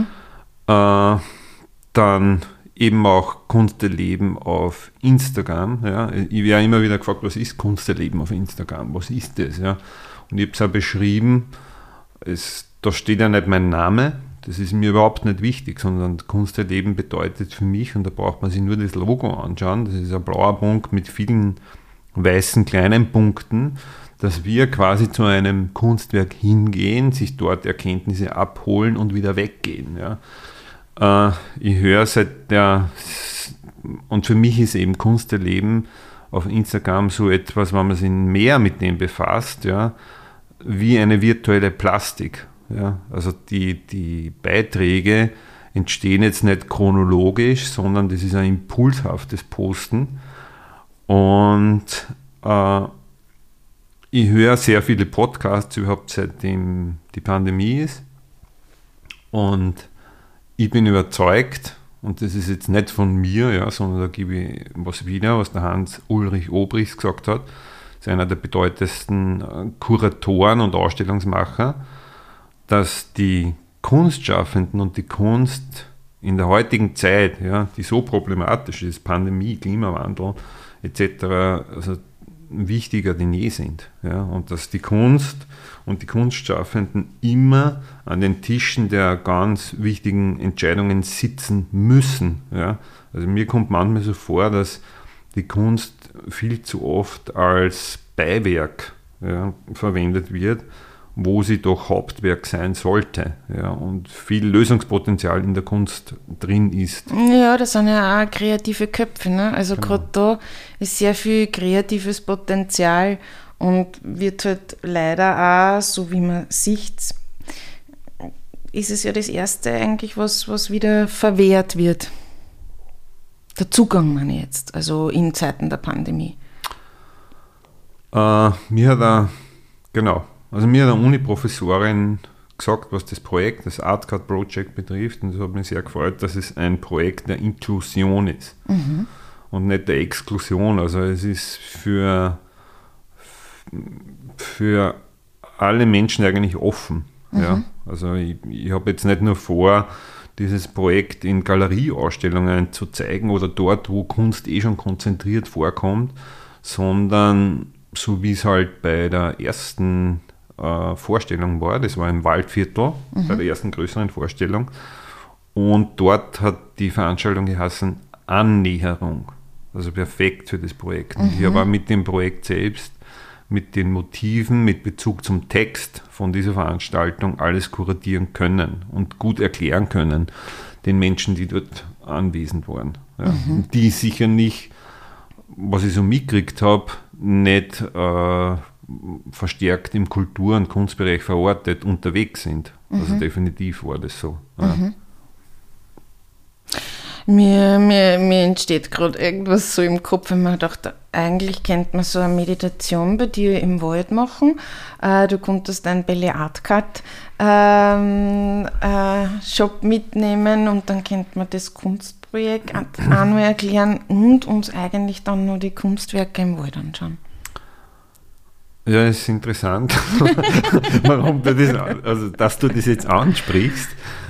Dann eben auch Kunst erleben auf Instagram. Ja. Ich werde immer wieder gefragt, was ist Kunst erleben auf Instagram? Was ist das? Ja. Und ich habe es auch beschrieben, da steht ja nicht mein Name, das ist mir überhaupt nicht wichtig, sondern Kunst erleben bedeutet für mich, und da braucht man sich nur das Logo anschauen, das ist ein blauer Punkt mit vielen weißen kleinen Punkten, dass wir quasi zu einem Kunstwerk hingehen, sich dort Erkenntnisse abholen und wieder weggehen. Ja. Ich höre und für mich ist eben Kunst erleben auf Instagram so etwas, wenn man sich mehr mit dem befasst, ja, wie eine virtuelle Plastik. Ja. Also die Beiträge entstehen jetzt nicht chronologisch, sondern das ist ein impulshaftes Posten. Und ich höre sehr viele Podcasts überhaupt, seitdem die Pandemie ist. Und ich bin überzeugt, und das ist jetzt nicht von mir, ja, sondern da gebe ich was wieder, was der Hans-Ulrich Obrichs gesagt hat. Das ist einer der bedeutendsten Kuratoren und Ausstellungsmacher, dass die Kunstschaffenden und die Kunst in der heutigen Zeit, ja, die so problematisch ist, Pandemie, Klimawandel etc., also wichtiger denn je sind. Ja, und dass die Kunst und die Kunstschaffenden immer an den Tischen der ganz wichtigen Entscheidungen sitzen müssen. Ja. Also mir kommt manchmal so vor, dass die Kunst viel zu oft als Beiwerk, ja, verwendet wird, wo sie doch Hauptwerk sein sollte. Ja, und viel Lösungspotenzial in der Kunst drin ist. Ja, das sind ja auch kreative Köpfe. Ne? Also gerade da ist sehr viel kreatives Potenzial und wird halt leider auch, so wie man sieht, ist es ja das Erste eigentlich, was wieder verwehrt wird. Der Zugang, meine ich jetzt, also in Zeiten der Pandemie. Mir hat eine Uni-Professorin gesagt, was das Projekt, das Artcard Project betrifft, und das hat mich sehr gefreut, dass es ein Projekt der Inklusion ist und nicht der Exklusion. Also es ist für alle Menschen eigentlich offen. Ja? Also ich habe jetzt nicht nur vor, dieses Projekt in Galerieausstellungen zu zeigen oder dort, wo Kunst schon konzentriert vorkommt, sondern so wie es halt bei der ersten Vorstellung war, das war im Waldviertel, bei der ersten größeren Vorstellung, und dort hat die Veranstaltung geheißen Annäherung, also perfekt für das Projekt. Ich habe auch mit dem Projekt selbst, mit den Motiven, mit Bezug zum Text von dieser Veranstaltung alles kuratieren können und gut erklären können den Menschen, die dort anwesend waren. Ja. Die sicher nicht, was ich so mitgekriegt habe, nicht verstärkt im Kultur- und Kunstbereich verortet unterwegs sind. Also definitiv war das so. Ja. Mir entsteht gerade irgendwas so im Kopf, wenn man dachte, eigentlich könnte man so eine Meditation bei dir im Wald machen. Du konntest einen Belle Artcard Shop mitnehmen und dann könnte man das Kunstprojekt auch noch erklären und uns eigentlich dann nur die Kunstwerke im Wald anschauen. Ja, es ist interessant, warum du das, also dass du das jetzt ansprichst.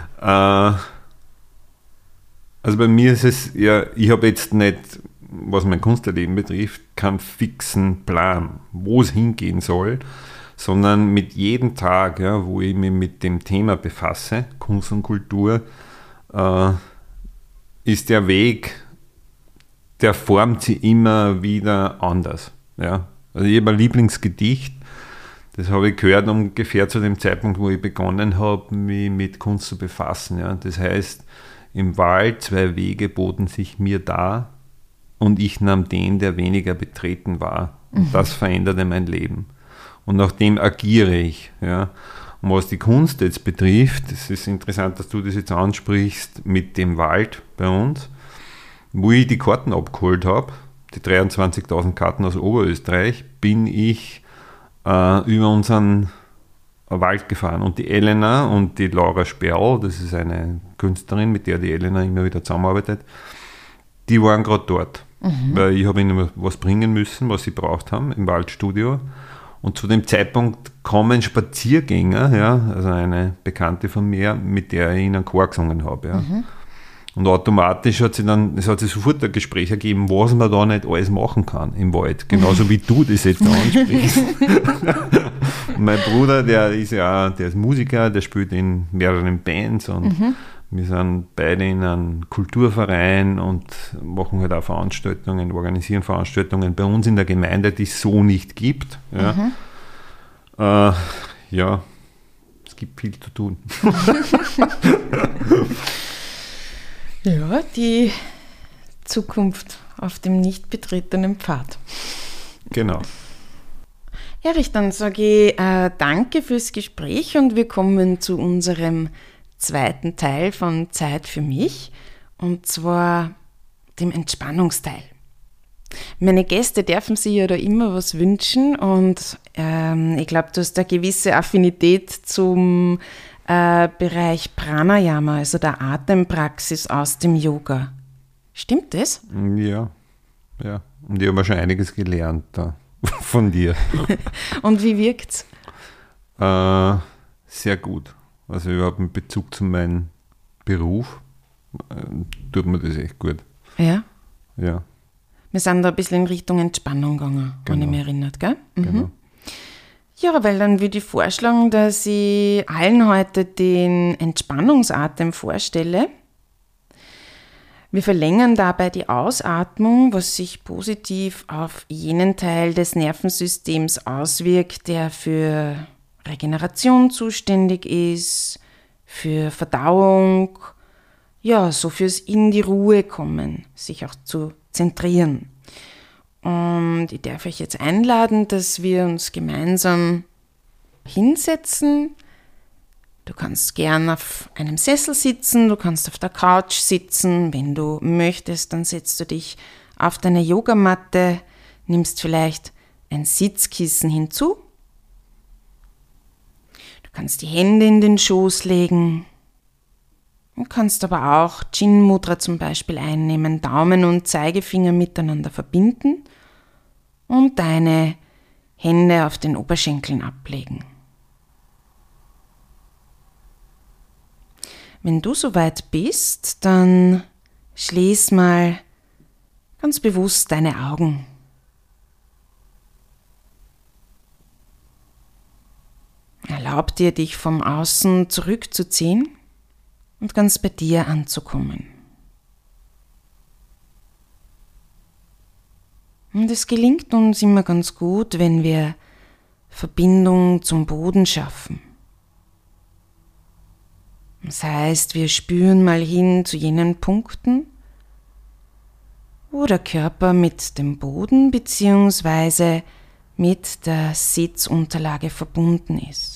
Also bei mir ist es ja, ich habe jetzt nicht, was mein Kunsterleben betrifft, keinen fixen Plan, wo es hingehen soll, sondern mit jedem Tag, ja, wo ich mich mit dem Thema befasse, Kunst und Kultur, ist der Weg, der formt sich immer wieder anders. Ja. Also ich habe ein Lieblingsgedicht, das habe ich gehört ungefähr zu dem Zeitpunkt, wo ich begonnen habe, mich mit Kunst zu befassen. Ja. Das heißt, im Wald 2 Wege boten sich mir dar und ich nahm den, der weniger betreten war. Und das veränderte mein Leben. Und nach dem agiere ich. Ja. Und was die Kunst jetzt betrifft, es ist interessant, dass du das jetzt ansprichst mit dem Wald bei uns, wo ich die Karten abgeholt habe, die 23.000 Karten aus Oberösterreich, bin ich über unseren Wald gefahren. Und die Elena und die Laura Sperl, das ist eine Künstlerin, mit der die Elena immer wieder zusammenarbeitet, Die waren gerade dort, weil ich habe ihnen was bringen müssen, was sie braucht haben im Waldstudio. Und zu dem Zeitpunkt kommen Spaziergänger, ja, also eine Bekannte von mir, mit der ich ihnen Chor gesungen habe. Ja. Und automatisch hat sich sofort ein Gespräch ergeben, was man da nicht alles machen kann im Wald. Genauso wie du das jetzt ansprichst. Mein Bruder, der ist Musiker, der spielt in mehreren Bands und wir sind beide in einem Kulturverein und machen halt auch Veranstaltungen, organisieren Veranstaltungen bei uns in der Gemeinde, die es so nicht gibt. Ja, es gibt viel zu tun. Ja, die Zukunft auf dem nicht betretenen Pfad. Genau. Erich, dann sage ich danke fürs Gespräch und wir kommen zu unserem zweiten Teil von Zeit für mich, und zwar dem Entspannungsteil. Meine Gäste dürfen sich ja da immer was wünschen und ich glaube, du hast eine gewisse Affinität zum Bereich Pranayama, also der Atempraxis aus dem Yoga. Stimmt das? Ja. Und ich habe schon einiges gelernt da von dir. Und wie wirkt's? Sehr gut. Also überhaupt in Bezug zu meinem Beruf tut mir das echt gut. Ja? Ja. Wir sind da ein bisschen in Richtung Entspannung gegangen, wenn ich mich erinnert, gell? Genau. Ja, weil dann würde ich vorschlagen, dass ich allen heute den Entspannungsatem vorstelle. Wir verlängern dabei die Ausatmung, was sich positiv auf jenen Teil des Nervensystems auswirkt, der für Regeneration zuständig ist, für Verdauung, ja, so fürs in die Ruhe kommen, sich auch zu zentrieren. Und ich darf euch jetzt einladen, dass wir uns gemeinsam hinsetzen. Du kannst gern auf einem Sessel sitzen, du kannst auf der Couch sitzen. Wenn du möchtest, dann setzt du dich auf deine Yogamatte, nimmst vielleicht ein Sitzkissen hinzu. Du kannst die Hände in den Schoß legen. Du kannst aber auch Chin Mudra zum Beispiel einnehmen, Daumen und Zeigefinger miteinander verbinden und deine Hände auf den Oberschenkeln ablegen. Wenn du soweit bist, dann schließ mal ganz bewusst deine Augen. Erlaub dir, dich vom Außen zurückzuziehen und ganz bei dir anzukommen. Und es gelingt uns immer ganz gut, wenn wir Verbindung zum Boden schaffen. Das heißt, wir spüren mal hin zu jenen Punkten, wo der Körper mit dem Boden bzw. mit der Sitzunterlage verbunden ist.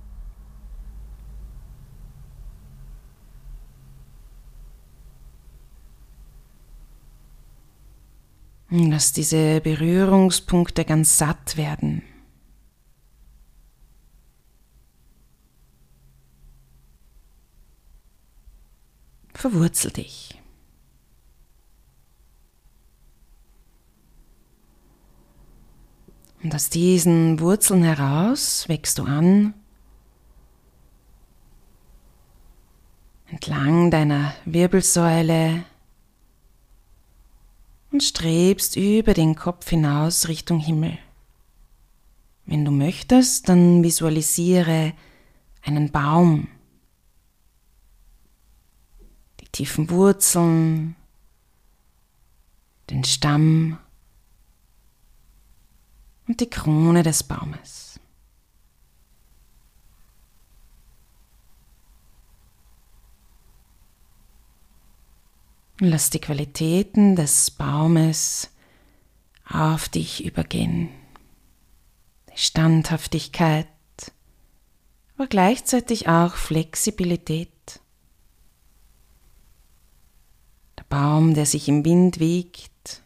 Lass diese Berührungspunkte ganz satt werden. Verwurzel dich. Und aus diesen Wurzeln heraus wächst du an, entlang deiner Wirbelsäule, und strebst über den Kopf hinaus Richtung Himmel. Wenn du möchtest, dann visualisiere einen Baum, die tiefen Wurzeln, den Stamm und die Krone des Baumes. Lass die Qualitäten des Baumes auf dich übergehen. Die Standhaftigkeit, aber gleichzeitig auch Flexibilität. Der Baum, der sich im Wind wiegt.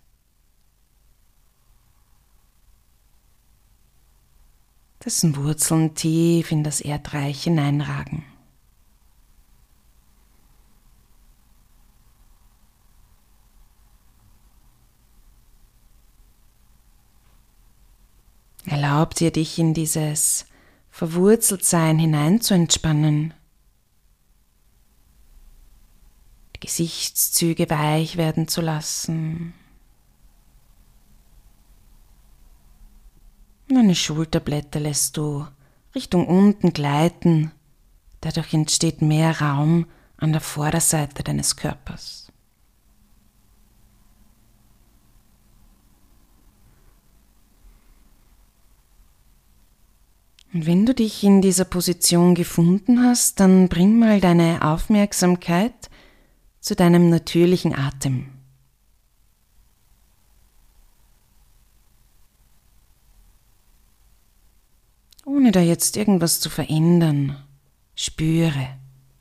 Dessen Wurzeln tief in das Erdreich hineinragen. erlaub dir, dich in dieses Verwurzeltsein hinein zu entspannen. Die Gesichtszüge weich werden zu lassen. Deine Schulterblätter lässt du Richtung unten gleiten. Dadurch entsteht mehr Raum an der Vorderseite deines Körpers. Und wenn du dich in dieser Position gefunden hast, dann bring mal deine Aufmerksamkeit zu deinem natürlichen Atem. Ohne da jetzt irgendwas zu verändern, spüre.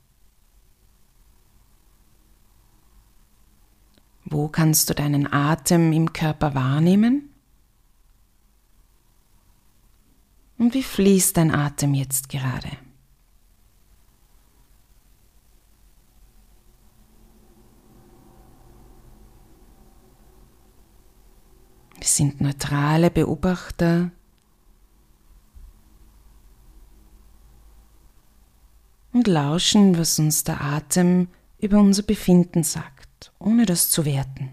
Wo kannst du deinen Atem im Körper wahrnehmen? Und wie fließt dein Atem jetzt gerade? Wir sind neutrale Beobachter. Und lauschen, was uns der Atem über unser Befinden sagt, ohne das zu werten.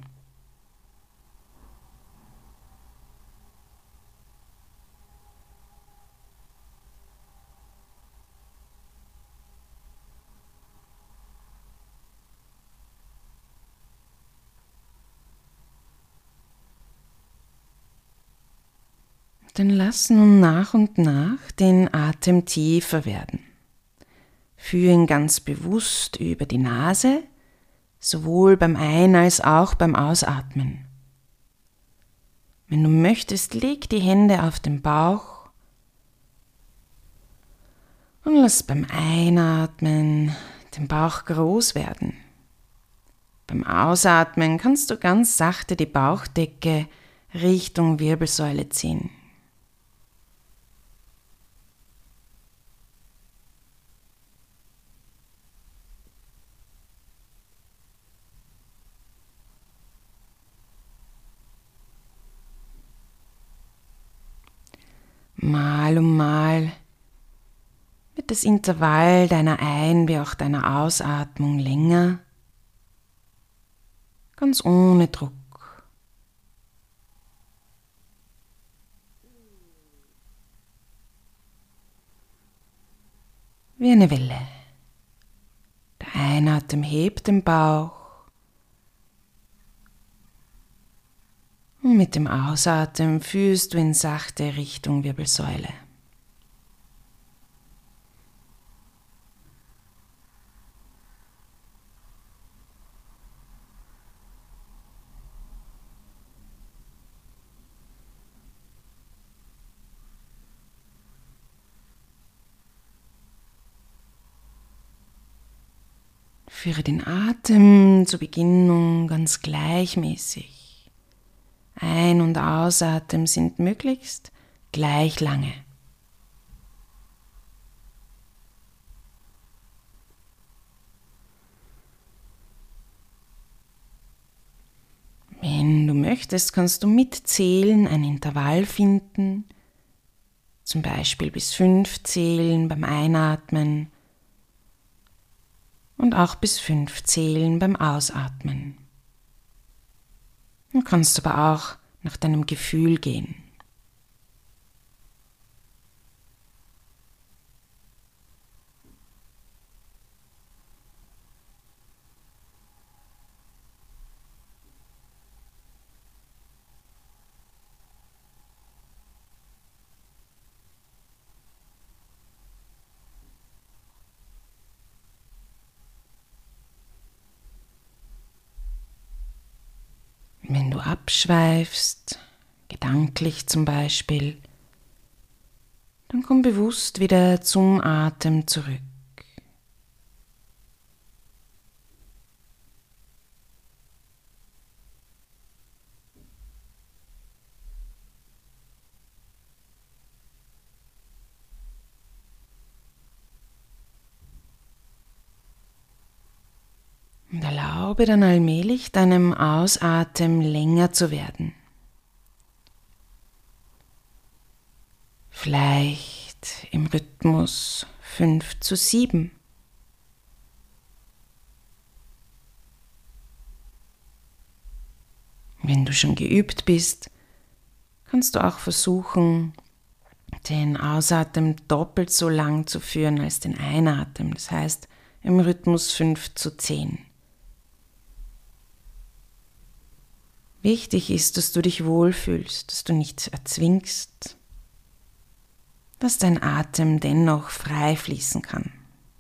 Dann lass nun nach und nach den Atem tiefer werden. Führe ihn ganz bewusst über die Nase, sowohl beim Ein- als auch beim Ausatmen. Wenn du möchtest, leg die Hände auf den Bauch und lass beim Einatmen den Bauch groß werden. Beim Ausatmen kannst du ganz sachte die Bauchdecke Richtung Wirbelsäule ziehen. Mal um Mal wird das Intervall deiner Ein- wie auch deiner Ausatmung länger, ganz ohne Druck. Wie eine Welle. Der Einatmen hebt den Bauch und mit dem Ausatmen führst du in sachte Richtung Wirbelsäule. Führe den Atem zu Beginn nun ganz gleichmäßig. Ein- und Ausatmen sind möglichst gleich lange. Wenn du möchtest, kannst du mitzählen, ein Intervall finden, zum Beispiel bis 5 zählen beim Einatmen und auch bis 5 zählen beim Ausatmen. Du kannst aber auch nach deinem Gefühl gehen. Wenn du abschweifst, gedanklich zum Beispiel, dann komm bewusst wieder zum Atem zurück. Und erlaube dann allmählich deinem Ausatmen länger zu werden. Vielleicht im Rhythmus 5:7. Wenn du schon geübt bist, kannst du auch versuchen, den Ausatmen doppelt so lang zu führen als den Einatmen, das heißt im Rhythmus 5:10. Wichtig ist, dass du dich wohlfühlst, dass du nichts erzwingst, dass dein Atem dennoch frei fließen kann.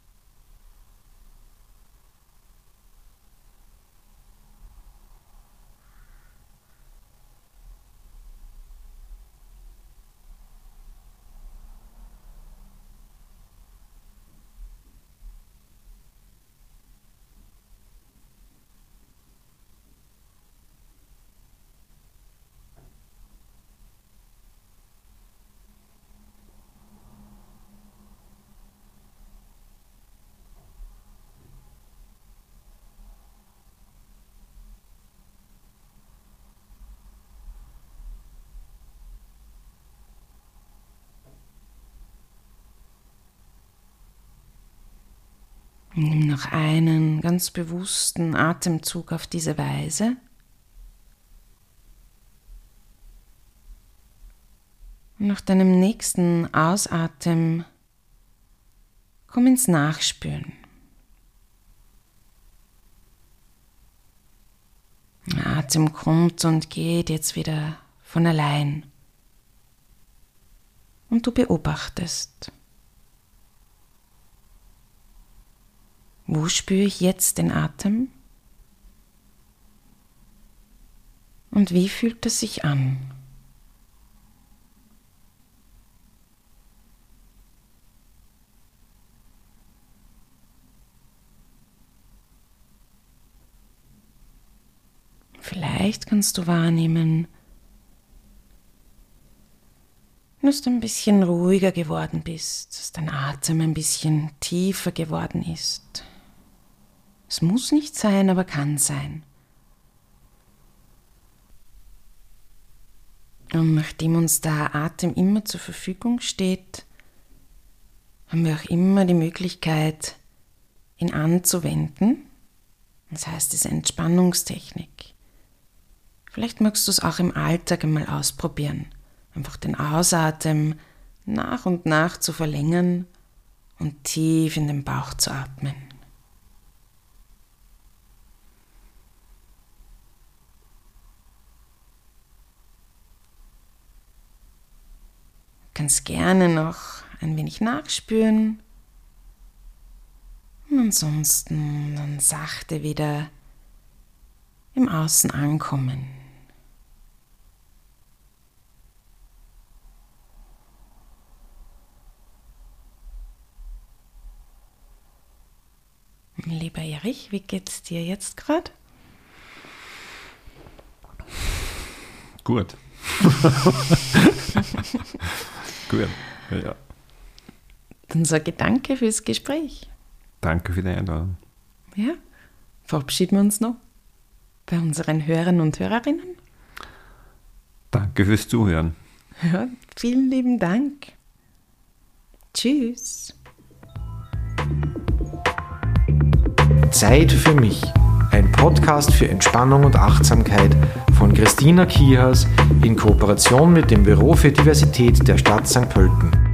Nimm noch einen ganz bewussten Atemzug auf diese Weise. Und nach deinem nächsten Ausatmen komm ins Nachspüren. Der Atem kommt und geht jetzt wieder von allein. Und du beobachtest. Wo spüre ich jetzt den Atem? Und wie fühlt es sich an? Vielleicht kannst du wahrnehmen, dass du ein bisschen ruhiger geworden bist, dass dein Atem ein bisschen tiefer geworden ist. Es muss nicht sein, aber kann sein. Und nachdem uns der Atem immer zur Verfügung steht, haben wir auch immer die Möglichkeit, ihn anzuwenden. Das heißt, diese Entspannungstechnik. Vielleicht magst du es auch im Alltag einmal ausprobieren. Einfach den Ausatmen nach und nach zu verlängern und tief in den Bauch zu atmen. Du kannst gerne noch ein wenig nachspüren und ansonsten dann sachte wieder im Außen ankommen. Lieber Erich, wie geht's dir jetzt gerade? Gut. Gut, ja. Dann sage ich danke fürs Gespräch. Danke für die Einladung. Ja, verabschieden wir uns noch bei unseren Hörern und Hörerinnen. Danke fürs Zuhören. Ja, vielen lieben Dank. Tschüss. Zeit für mich. Ein Podcast für Entspannung und Achtsamkeit von Christina Kihas in Kooperation mit dem Büro für Diversität der Stadt St. Pölten.